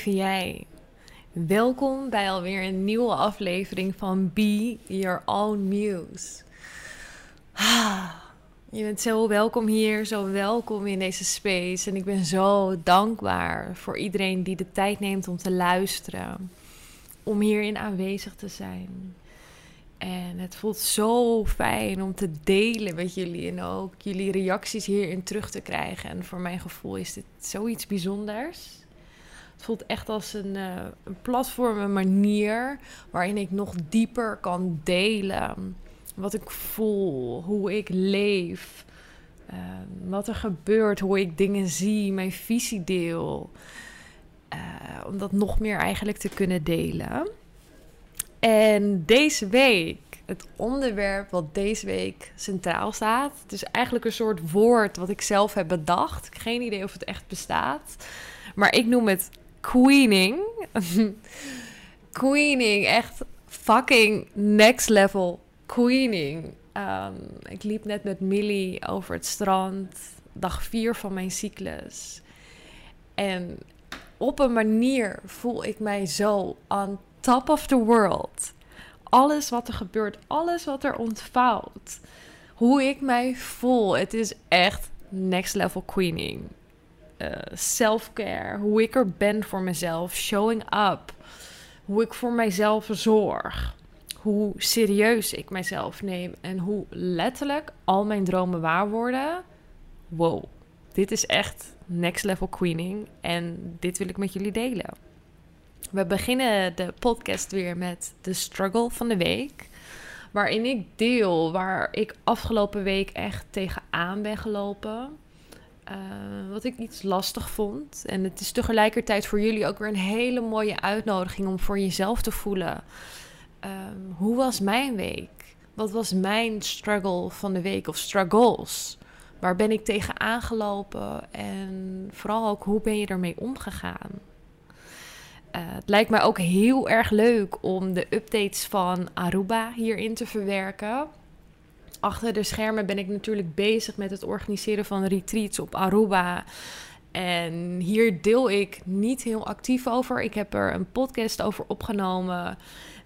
lieve jij. Welkom bij alweer een nieuwe aflevering van Be Your Own Muse. Je bent zo welkom hier, zo welkom in deze space. En ik ben zo dankbaar voor iedereen die de tijd neemt om te luisteren. Om hierin aanwezig te zijn. En het voelt zo fijn om te delen met jullie en ook jullie reacties hierin terug te krijgen. En voor mijn gevoel is dit zoiets bijzonders. Het voelt echt als een platform, een manier waarin ik nog dieper kan delen. Wat ik voel, hoe ik leef, wat er gebeurt, hoe ik dingen zie, mijn visie deel. Om dat nog meer eigenlijk te kunnen delen. En deze week, het onderwerp wat deze week centraal staat. Het is eigenlijk een soort woord wat ik zelf heb bedacht. Ik heb geen idee of het echt bestaat. Maar ik noem het queening. Queening, echt fucking next level queening. Ik liep net met Millie over het strand. Dag 4 van mijn cyclus. En op een manier voel ik mij zo on top of the world. Alles wat er gebeurt, alles wat er ontvouwt. Hoe ik mij voel. Het is echt next level queening. Self-care. Hoe ik er ben voor mezelf. Showing up. Hoe ik voor mijzelf zorg. Hoe serieus ik mijzelf neem. En hoe letterlijk al mijn dromen waar worden. Wow. Dit is echt next level queening. En dit wil ik met jullie delen. We beginnen de podcast weer met de struggle van de week. Waarin ik deel waar ik afgelopen week echt tegenaan ben gelopen. Wat ik iets lastig vond. En het is tegelijkertijd voor jullie ook weer een hele mooie uitnodiging om voor jezelf te voelen. Hoe was mijn week? Wat was mijn struggle van de week of struggles? Waar ben ik tegenaan gelopen? En vooral ook, hoe ben je ermee omgegaan? Het lijkt mij ook heel erg leuk om de updates van Aruba hierin te verwerken. Achter de schermen ben ik natuurlijk bezig met het organiseren van retreats op Aruba. En hier deel ik niet heel actief over. Ik heb er een podcast over opgenomen.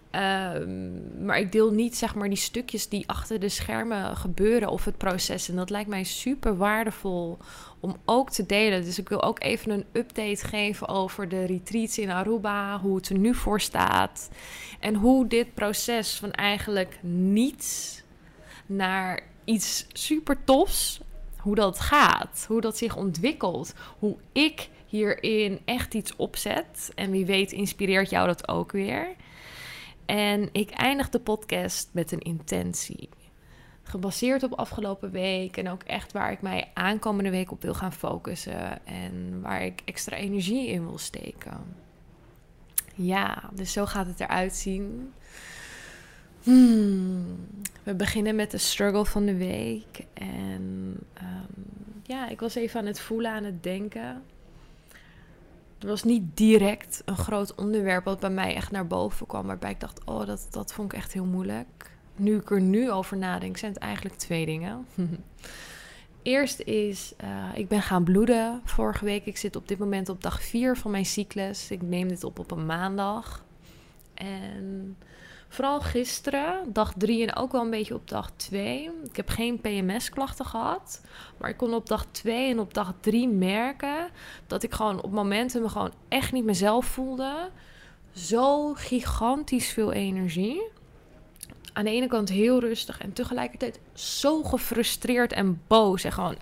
Maar ik deel niet zeg maar die stukjes die achter de schermen gebeuren of het proces. En dat lijkt mij super waardevol om ook te delen. Dus ik wil ook even een update geven over de retreats in Aruba. Hoe het er nu voor staat. En hoe dit proces van eigenlijk niets naar iets super tofs. Hoe dat gaat. Hoe dat zich ontwikkelt. Hoe ik hierin echt iets opzet. En wie weet inspireert jou dat ook weer. En ik eindig de podcast met een intentie. Gebaseerd op afgelopen week en ook echt waar ik mij aankomende week op wil gaan focussen. En waar ik extra energie in wil steken. Ja, dus zo gaat het eruit zien. We beginnen met de struggle van de week. En ik was even aan het voelen, aan het denken. Er was niet direct een groot onderwerp wat bij mij echt naar boven kwam. Waarbij ik dacht, dat vond ik echt heel moeilijk. Nu ik er nu over nadenk, zijn het eigenlijk 2 dingen. Eerst is, ik ben gaan bloeden vorige week. Ik zit op dit moment op dag 4 van mijn cyclus. Ik neem dit op een maandag. En vooral gisteren, dag 3 en ook wel een beetje op dag 2. Ik heb geen PMS-klachten gehad. Maar ik kon op dag 2 en op dag 3 merken dat ik gewoon op momenten me gewoon echt niet mezelf voelde. Zo gigantisch veel energie. Aan de ene kant heel rustig en tegelijkertijd zo gefrustreerd en boos. En gewoon,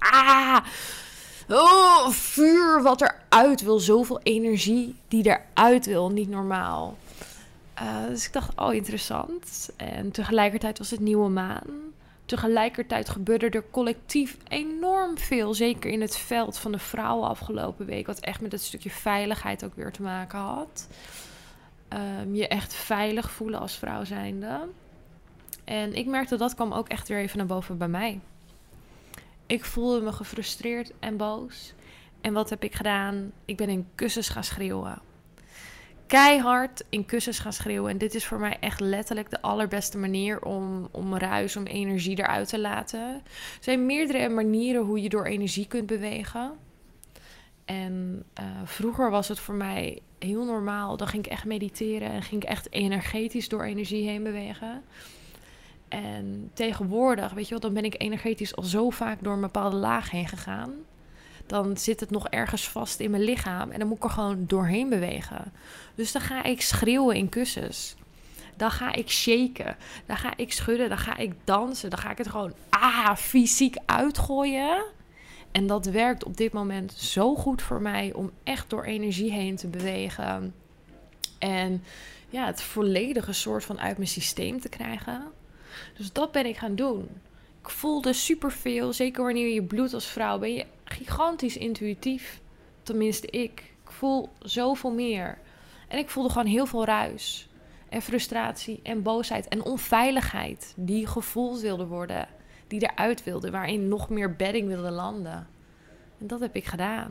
vuur wat eruit wil. Zoveel energie die eruit wil, niet normaal. Dus ik dacht, interessant. En tegelijkertijd was het nieuwe maan. Tegelijkertijd gebeurde er collectief enorm veel. Zeker in het veld van de vrouwen afgelopen week. Wat echt met het stukje veiligheid ook weer te maken had. Je echt veilig voelen als vrouw zijnde. En ik merkte dat kwam ook echt weer even naar boven bij mij. Ik voelde me gefrustreerd en boos. En wat heb ik gedaan? Ik ben in kussens gaan schreeuwen. Keihard in kussens gaan schreeuwen. En dit is voor mij echt letterlijk de allerbeste manier om ruis, om energie eruit te laten. Er zijn meerdere manieren hoe je door energie kunt bewegen. En vroeger was het voor mij heel normaal. Dan ging ik echt mediteren en ging ik echt energetisch door energie heen bewegen. En tegenwoordig, weet je wel, dan ben ik energetisch al zo vaak door een bepaalde laag heen gegaan. Dan zit het nog ergens vast in mijn lichaam en dan moet ik er gewoon doorheen bewegen. Dus dan ga ik schreeuwen in kussens. Dan ga ik shaken. Dan ga ik schudden. Dan ga ik dansen. Dan ga ik het gewoon fysiek uitgooien. En dat werkt op dit moment zo goed voor mij om echt door energie heen te bewegen. En ja, het volledige soort van uit mijn systeem te krijgen. Dus dat ben ik gaan doen. Ik voelde superveel. Zeker wanneer je bloedt als vrouw ben je gigantisch intuïtief. Tenminste ik. Ik voel zoveel meer. En ik voelde gewoon heel veel ruis. En frustratie en boosheid en onveiligheid. Die gevoeld wilde worden. Die eruit wilde. Waarin nog meer bedding wilde landen. En dat heb ik gedaan.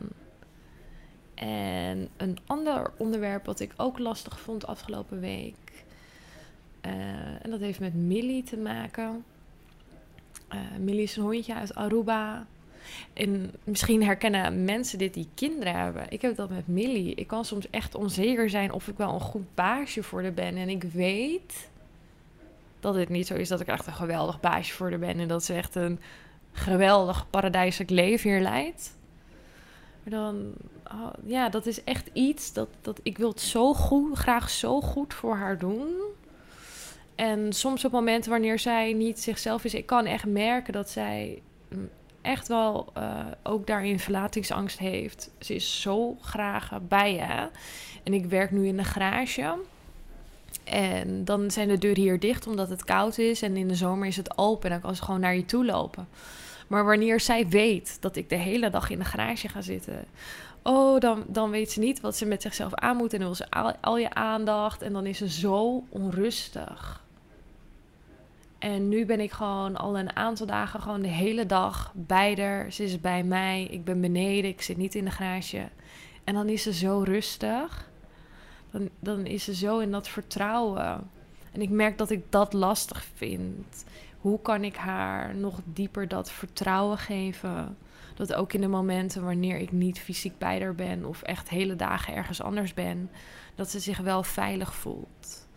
En een ander onderwerp wat ik ook lastig vond afgelopen week. En dat heeft met Millie te maken. Millie is een hondje uit Aruba. En misschien herkennen mensen dit die kinderen hebben. Ik heb dat met Millie. Ik kan soms echt onzeker zijn of ik wel een goed baasje voor haar ben. En ik weet dat het niet zo is dat ik echt een geweldig baasje voor haar ben. En dat ze echt een geweldig paradijselijk leven hier leidt. Maar dan, dat is echt iets dat ik wil het graag zo goed voor haar doen. En soms op momenten wanneer zij niet zichzelf is, ik kan echt merken dat zij echt wel ook daarin verlatingsangst heeft. Ze is zo graag bij je. En ik werk nu in de garage. En dan zijn de deuren hier dicht omdat het koud is. En in de zomer is het open en dan kan ze gewoon naar je toe lopen. Maar wanneer zij weet dat ik de hele dag in de garage ga zitten, dan weet ze niet wat ze met zichzelf aan moet. En dan wil ze al je aandacht. En dan is ze zo onrustig. En nu ben ik gewoon al een aantal dagen gewoon de hele dag bij haar. Ze is bij mij. Ik ben beneden. Ik zit niet in de garage. En dan is ze zo rustig. Dan is ze zo in dat vertrouwen. En ik merk dat ik dat lastig vind. Hoe kan ik haar nog dieper dat vertrouwen geven? Dat ook in de momenten wanneer ik niet fysiek bij haar ben of echt hele dagen ergens anders ben, dat ze zich wel veilig voelt.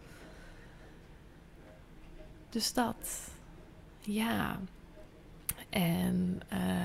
Dus dat. Ja. En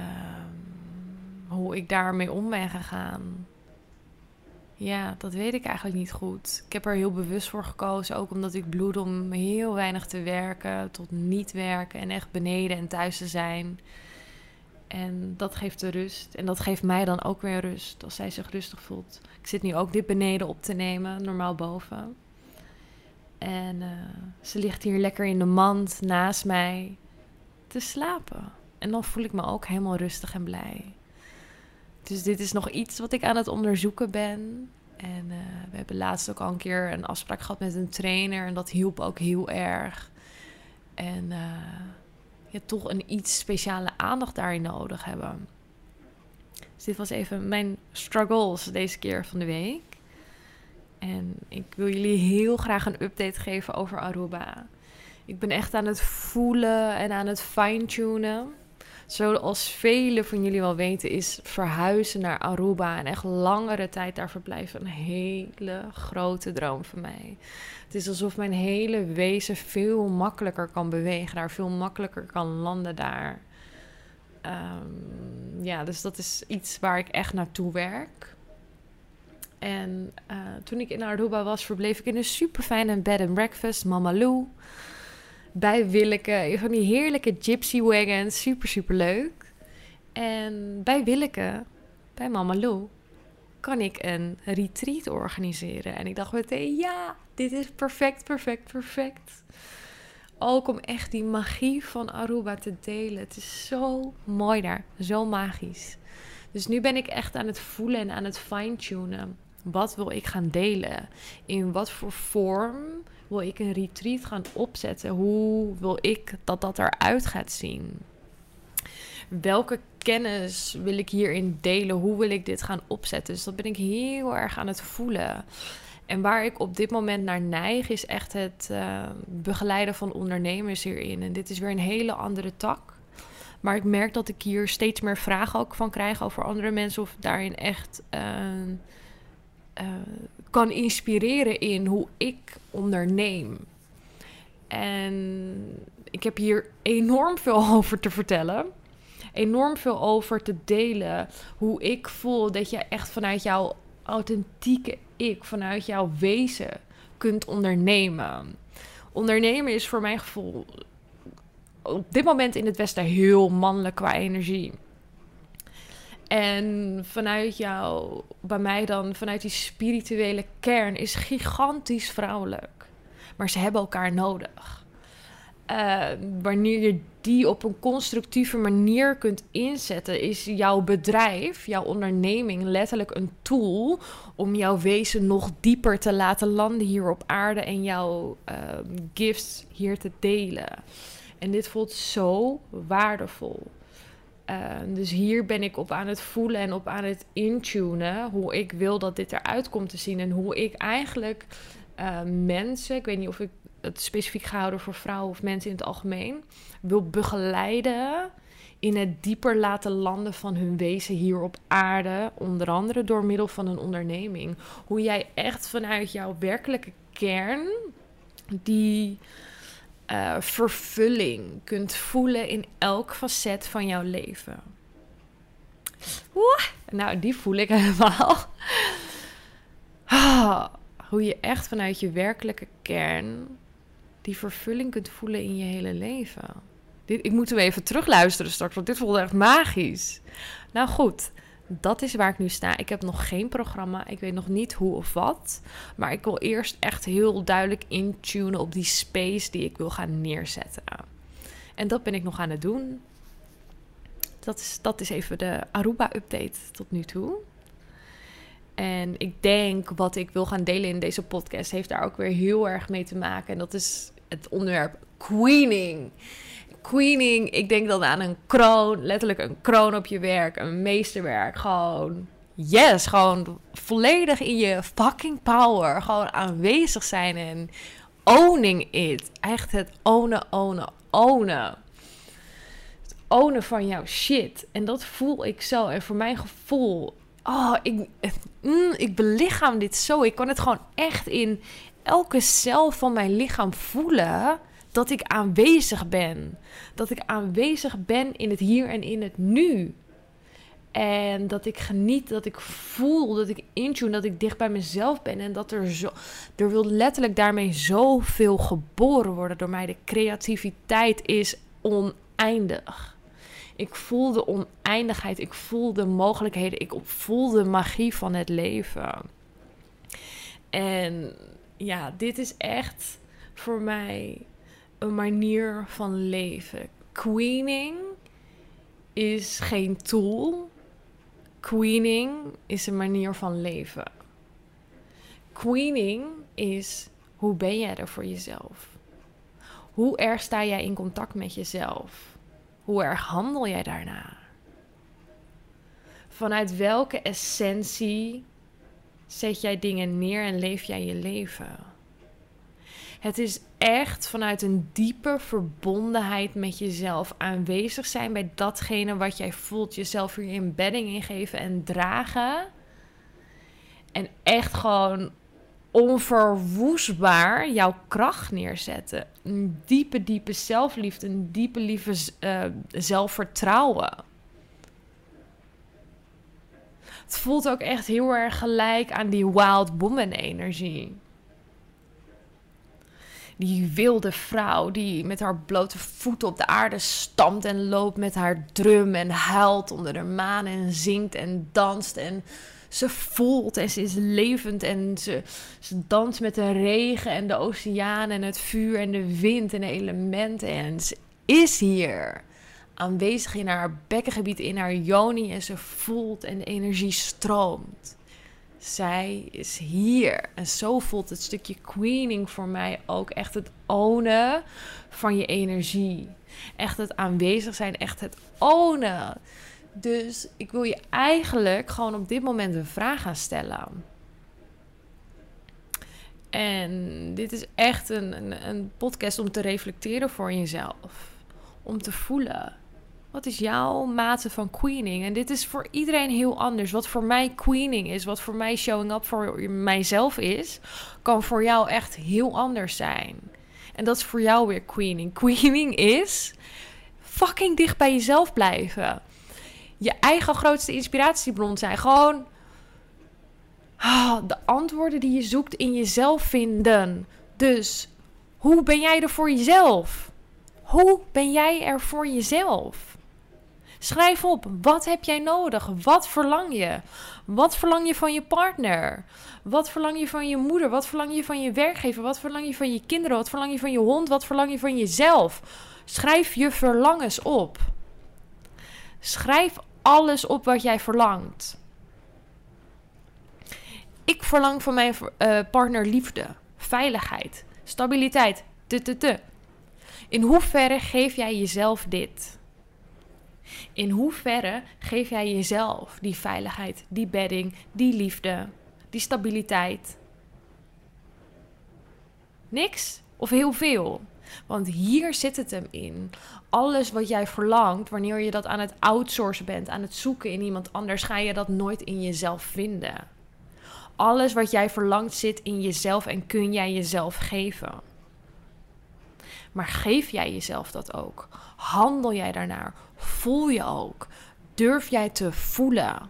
hoe ik daarmee om ben gegaan. Ja, dat weet ik eigenlijk niet goed. Ik heb er heel bewust voor gekozen. Ook omdat ik bloed om heel weinig te werken tot niet werken. En echt beneden en thuis te zijn. En dat geeft de rust. En dat geeft mij dan ook weer rust. Als zij zich rustig voelt. Ik zit nu ook dit beneden op te nemen. Normaal boven. En ze ligt hier lekker in de mand naast mij te slapen. En dan voel ik me ook helemaal rustig en blij. Dus dit is nog iets wat ik aan het onderzoeken ben. En we hebben laatst ook al een keer een afspraak gehad met een trainer. En dat hielp ook heel erg. En toch een iets speciale aandacht daarin nodig hebben. Dus dit was even mijn struggles deze keer van de week. En ik wil jullie heel graag een update geven over Aruba. Ik ben echt aan het voelen en aan het fine-tunen. Zoals velen van jullie wel weten is verhuizen naar Aruba en echt langere tijd daar verblijven een hele grote droom van mij. Het is alsof mijn hele wezen veel makkelijker kan bewegen daar, veel makkelijker kan landen daar. Dus dat is iets waar ik echt naartoe werk. En toen ik in Aruba was, verbleef ik in een super fijne bed and breakfast, Mama Lou. Bij Willeke, van die heerlijke gypsy wagons, super super leuk. En bij Willeke, bij Mama Lou, kan ik een retreat organiseren. En ik dacht meteen, ja, dit is perfect, perfect, perfect. Ook om echt die magie van Aruba te delen. Het is zo mooi daar, zo magisch. Dus nu ben ik echt aan het voelen en aan het fine-tunen. Wat wil ik gaan delen? In wat voor vorm wil ik een retreat gaan opzetten? Hoe wil ik dat eruit gaat zien? Welke kennis wil ik hierin delen? Hoe wil ik dit gaan opzetten? Dus dat ben ik heel erg aan het voelen. En waar ik op dit moment naar neig is echt het begeleiden van ondernemers hierin. En dit is weer een hele andere tak. Maar ik merk dat ik hier steeds meer vragen ook van krijg over andere mensen. Of daarin echt kan inspireren in hoe ik onderneem. En ik heb hier enorm veel over te vertellen. Enorm veel over te delen. Hoe ik voel dat je echt vanuit jouw authentieke ik, vanuit jouw wezen kunt ondernemen. Ondernemen is voor mijn gevoel op dit moment in het Westen heel mannelijk qua energie. En vanuit jou, bij mij dan, vanuit die spirituele kern, is gigantisch vrouwelijk. Maar ze hebben elkaar nodig. Wanneer je die op een constructieve manier kunt inzetten, is jouw bedrijf, jouw onderneming letterlijk een tool om jouw wezen nog dieper te laten landen hier op aarde en jouw gifts hier te delen. En dit voelt zo waardevol. Dus hier ben ik op aan het voelen en op aan het intunen hoe ik wil dat dit eruit komt te zien. En hoe ik eigenlijk mensen, ik weet niet of ik het specifiek ga houden voor vrouwen of mensen in het algemeen, wil begeleiden in het dieper laten landen van hun wezen hier op aarde. Onder andere door middel van een onderneming. Hoe jij echt vanuit jouw werkelijke kern die vervulling kunt voelen in elk facet van jouw leven. Nou, die voel ik helemaal. Hoe je echt vanuit je werkelijke kern die vervulling kunt voelen in je hele leven. Ik moet hem even terugluisteren straks, want dit voelde echt magisch. Nou goed, dat is waar ik nu sta. Ik heb nog geen programma. Ik weet nog niet hoe of wat. Maar ik wil eerst echt heel duidelijk intunen op die space die ik wil gaan neerzetten. En dat ben ik nog aan het doen. Dat is even de Aruba-update tot nu toe. En ik denk wat ik wil gaan delen in deze podcast heeft daar ook weer heel erg mee te maken. En dat is het onderwerp queening. Queening, ik denk dan aan een kroon, letterlijk een kroon op je werk, een meesterwerk. Gewoon, yes, gewoon volledig in je fucking power. Gewoon aanwezig zijn en owning it. Echt het ownen. Het ownen van jouw shit. En dat voel ik zo. En voor mijn gevoel, ik belichaam dit zo. Ik kan het gewoon echt in elke cel van mijn lichaam voelen dat ik aanwezig ben. Dat ik aanwezig ben in het hier en in het nu. En dat ik geniet, dat ik voel, dat ik intune, dat ik dicht bij mezelf ben. En dat er wil letterlijk daarmee zoveel geboren worden door mij. De creativiteit is oneindig. Ik voel de oneindigheid, ik voel de mogelijkheden, ik voel de magie van het leven. En ja, dit is echt voor mij een manier van leven. Queening is geen tool. Queening is een manier van leven. Queening is, hoe ben jij er voor jezelf? Hoe erg sta jij in contact met jezelf? Hoe erg handel jij daarna? Vanuit welke essentie zet jij dingen neer en leef jij je leven? Het is echt vanuit een diepe verbondenheid met jezelf. Aanwezig zijn bij datgene wat jij voelt. Jezelf hierin bedding ingeven en dragen. En echt gewoon onverwoestbaar jouw kracht neerzetten. Een diepe zelfliefde. Een lieve zelfvertrouwen. Het voelt ook echt heel erg gelijk aan die wild woman energie. Die wilde vrouw die met haar blote voeten op de aarde stampt en loopt met haar drum en huilt onder de maan en zingt en danst en ze voelt en ze is levend en ze danst met de regen en de oceaan en het vuur en de wind en de elementen en ze is hier aanwezig in haar bekkengebied, in haar yoni en ze voelt en de energie stroomt. Zij is hier. En zo voelt het stukje queening voor mij ook echt het ownen van je energie. Echt het aanwezig zijn, echt het ownen. Dus ik wil je eigenlijk gewoon op dit moment een vraag gaan stellen. En dit is echt een podcast om te reflecteren voor jezelf. Om te voelen. Wat is jouw mate van queening? En dit is voor iedereen heel anders. Wat voor mij queening is, wat voor mij showing up voor mijzelf is, kan voor jou echt heel anders zijn. En dat is voor jou weer queening. Queening is fucking dicht bij jezelf blijven. Je eigen grootste inspiratiebron zijn. Gewoon de antwoorden die je zoekt in jezelf vinden. Dus hoe ben jij er voor jezelf? Hoe ben jij er voor jezelf? Schrijf op, wat heb jij nodig? Wat verlang je? Wat verlang je van je partner? Wat verlang je van je moeder? Wat verlang je van je werkgever? Wat verlang je van je kinderen? Wat verlang je van je hond? Wat verlang je van jezelf? Schrijf je verlangens op. Schrijf alles op wat jij verlangt. Ik verlang van mijn partner liefde, veiligheid, stabiliteit. In hoeverre geef jij jezelf dit? In hoeverre geef jij jezelf die veiligheid, die bedding, die liefde, die stabiliteit? Niks of heel veel? Want hier zit het hem in. Alles wat jij verlangt, wanneer je dat aan het outsourcen bent, aan het zoeken in iemand anders, ga je dat nooit in jezelf vinden. Alles wat jij verlangt zit in jezelf en kun jij jezelf geven. Maar geef jij jezelf dat ook? Handel jij daarnaar? Voel je ook? Durf jij te voelen?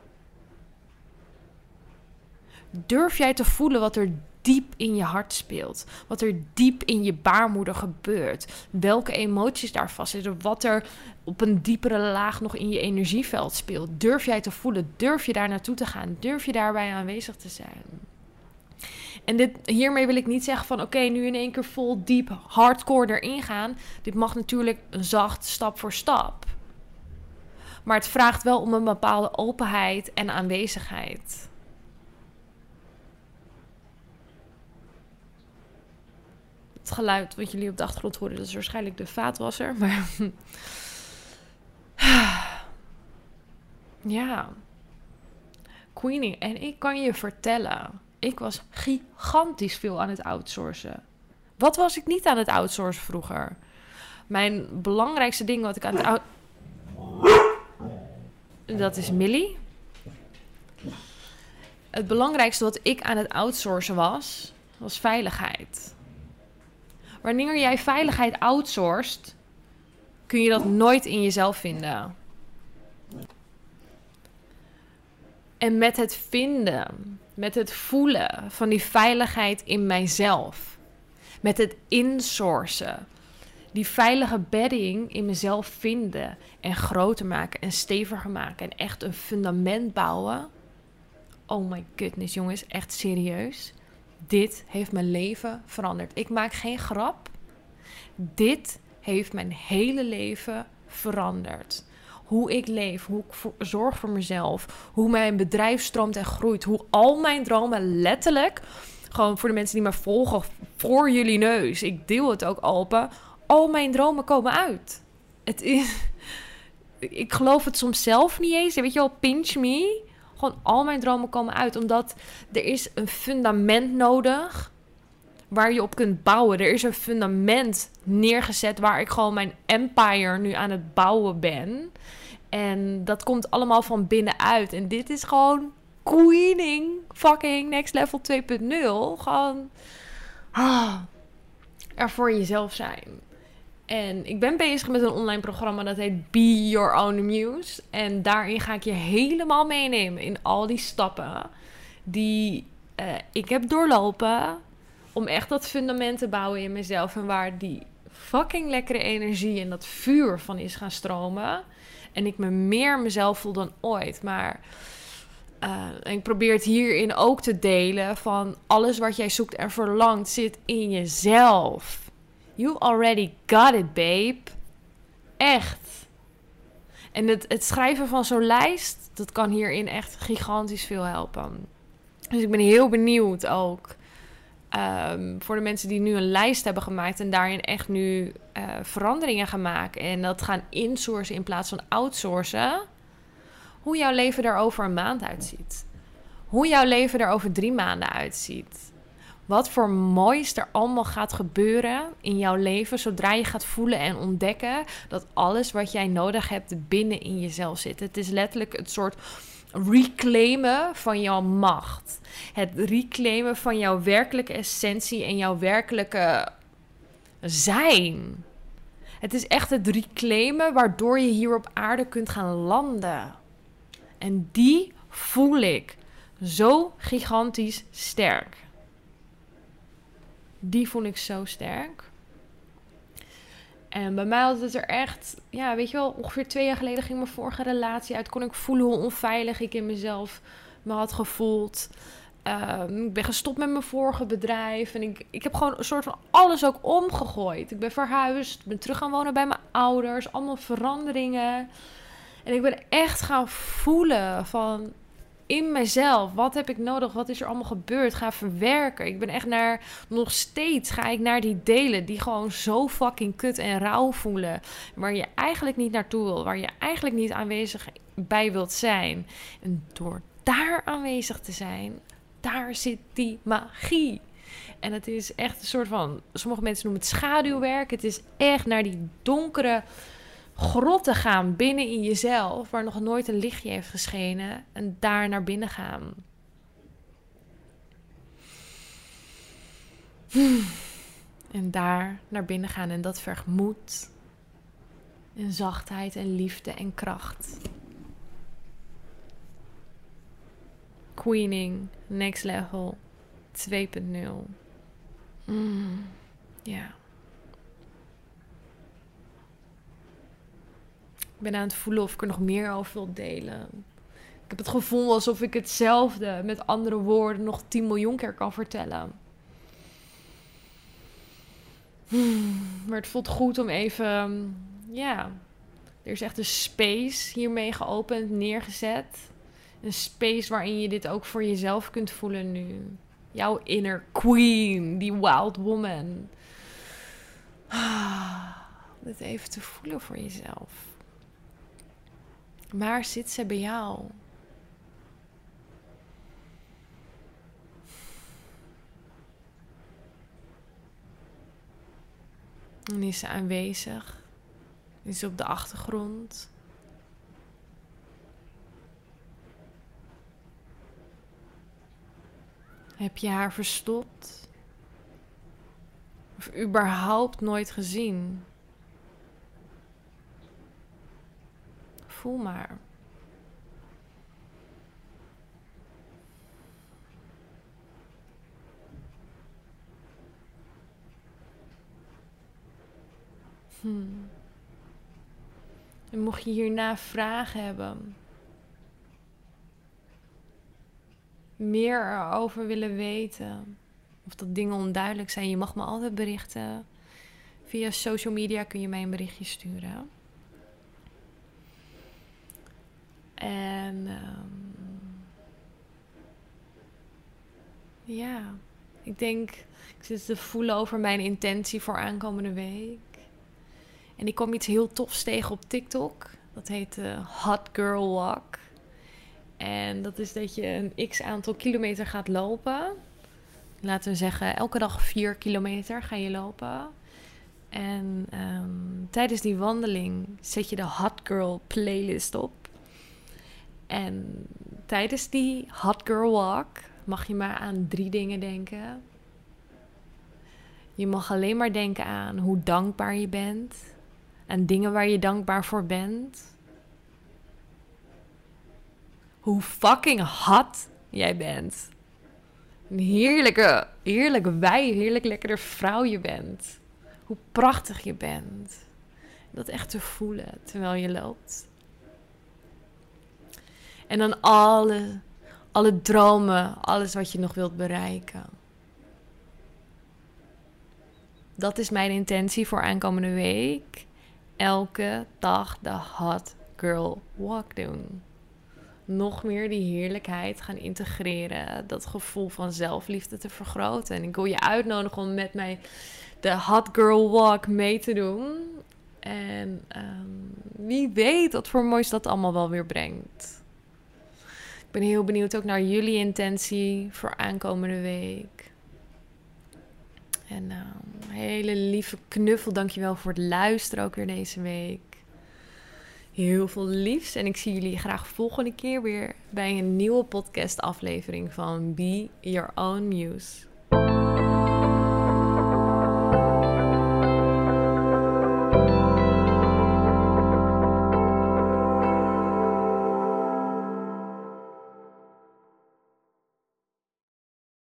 Durf jij te voelen wat er diep in je hart speelt? Wat er diep in je baarmoeder gebeurt? Welke emoties daar vastzitten? Wat er op een diepere laag nog in je energieveld speelt? Durf jij te voelen? Durf je daar naartoe te gaan? Durf je daarbij aanwezig te zijn? En hiermee wil ik niet zeggen van oké, nu in één keer vol diep hardcore erin gaan. Dit mag natuurlijk zacht, stap voor stap. Maar het vraagt wel om een bepaalde openheid en aanwezigheid. Het geluid wat jullie op de achtergrond horen, dat is waarschijnlijk de vaatwasser. Maar ja, queening. En ik kan je vertellen, ik was gigantisch veel aan het outsourcen. Wat was ik niet aan het outsourcen vroeger? Mijn belangrijkste ding wat ik aan het dat is Millie. Het belangrijkste wat ik aan het outsourcen was veiligheid. Wanneer jij veiligheid outsourced, kun je dat nooit in jezelf vinden. En met het vinden, met het voelen van die veiligheid in mijzelf, met het insourcen, die veilige bedding in mezelf vinden en groter maken en steviger maken en echt een fundament bouwen. Oh my goodness jongens, echt serieus. Dit heeft mijn leven veranderd. Ik maak geen grap. Dit heeft mijn hele leven veranderd. Hoe ik leef, hoe ik zorg voor mezelf, hoe mijn bedrijf stroomt en groeit, hoe al mijn dromen letterlijk, gewoon voor de mensen die me volgen, voor jullie neus, ik deel het ook open, al mijn dromen komen uit. Het is, ik geloof het soms zelf niet eens, weet je wel, pinch me. Gewoon al mijn dromen komen uit, omdat er is een fundament nodig waar je op kunt bouwen. Er is een fundament neergezet waar ik gewoon mijn empire nu aan het bouwen ben. En dat komt allemaal van binnenuit. En dit is gewoon queening fucking next level 2.0. Gewoon er voor jezelf zijn. En ik ben bezig met een online programma dat heet Be Your Own Muse. En daarin ga ik je helemaal meenemen in al die stappen die ik heb doorlopen om echt dat fundament te bouwen in mezelf. En waar die fucking lekkere energie en dat vuur van is gaan stromen. En ik me meer mezelf voel dan ooit. Maar en ik probeer het hierin ook te delen van alles wat jij zoekt en verlangt zit in jezelf. You already got it, babe. Echt. En het schrijven van zo'n lijst, dat kan hierin echt gigantisch veel helpen. Dus ik ben heel benieuwd ook voor de mensen die nu een lijst hebben gemaakt en daarin echt nu veranderingen gaan maken en dat gaan insourcen in plaats van outsourcen, hoe jouw leven er over een maand uitziet. Hoe jouw leven er over 3 maanden uitziet. Wat voor moois er allemaal gaat gebeuren in jouw leven zodra je gaat voelen en ontdekken dat alles wat jij nodig hebt binnen in jezelf zit. Het is letterlijk het soort reclaimen van jouw macht. Het reclaimen van jouw werkelijke essentie en jouw werkelijke zijn. Het is echt het reclaimen waardoor je hier op aarde kunt gaan landen. En die voel ik zo gigantisch sterk. Die voel ik zo sterk. En bij mij had het er echt... Ja, weet je wel, ongeveer 2 jaar geleden ging mijn vorige relatie uit. Kon ik voelen hoe onveilig ik in mezelf me had gevoeld. Ik ben gestopt met mijn vorige bedrijf. En ik heb gewoon een soort van alles ook omgegooid. Ik ben verhuisd, ben terug gaan wonen bij mijn ouders. Allemaal veranderingen. En ik ben echt gaan voelen van... in mezelf, wat heb ik nodig? Wat is er allemaal gebeurd? Ga verwerken. Ik ben echt nog steeds ga ik naar die delen die gewoon zo fucking kut en rauw voelen. Waar je eigenlijk niet naartoe wil. Waar je eigenlijk niet aanwezig bij wilt zijn. En door daar aanwezig te zijn, daar zit die magie. En het is echt een soort van, sommige mensen noemen het schaduwwerk. Het is echt naar die donkere grotten gaan binnen in jezelf, waar nog nooit een lichtje heeft geschenen, en daar naar binnen gaan. En daar naar binnen gaan. En dat vergt moed en zachtheid en liefde en kracht. Queening, next level, 2.0. Ja. Ik ben aan het voelen of ik er nog meer over wil delen. Ik heb het gevoel alsof ik hetzelfde met andere woorden nog 10 miljoen keer kan vertellen. Maar het voelt goed om even... Ja, er is echt een space hiermee geopend, neergezet. Een space waarin je dit ook voor jezelf kunt voelen nu. Jouw inner queen, die wild woman. Dit even te voelen voor jezelf. Waar zit ze bij jou? En is ze aanwezig? Is ze op de achtergrond? Heb je haar verstopt? Of überhaupt nooit gezien? Voel maar. En mocht je hierna vragen hebben, meer erover willen weten, of dat dingen onduidelijk zijn, je mag me altijd berichten. Via social media kun je mij een berichtje sturen. En ja, ik denk, ik zit te voelen over mijn intentie voor aankomende week. En ik kwam iets heel tofs tegen op TikTok. Dat heet Hot Girl Walk. En dat is dat je een x-aantal kilometer gaat lopen. Laten we zeggen, elke dag 4 kilometer ga je lopen. En tijdens die wandeling zet je de Hot Girl playlist op. En tijdens die Hot Girl Walk mag je maar aan 3 dingen denken. Je mag alleen maar denken aan hoe dankbaar je bent. Aan dingen waar je dankbaar voor bent. Hoe fucking hot jij bent. Een heerlijk lekkere vrouw je bent. Hoe prachtig je bent. Dat echt te voelen terwijl je loopt. En dan alle dromen, alles wat je nog wilt bereiken. Dat is mijn intentie voor aankomende week. Elke dag de Hot Girl Walk doen. Nog meer die heerlijkheid gaan integreren. Dat gevoel van zelfliefde te vergroten. En ik wil je uitnodigen om met mij de Hot Girl Walk mee te doen. En wie weet wat voor moois dat allemaal wel weer brengt. Ik ben heel benieuwd ook naar jullie intentie voor aankomende week. En een hele lieve knuffel. Dankjewel voor het luisteren ook weer deze week. Heel veel liefs. En ik zie jullie graag volgende keer weer bij een nieuwe podcast aflevering van Be Your Own Muse.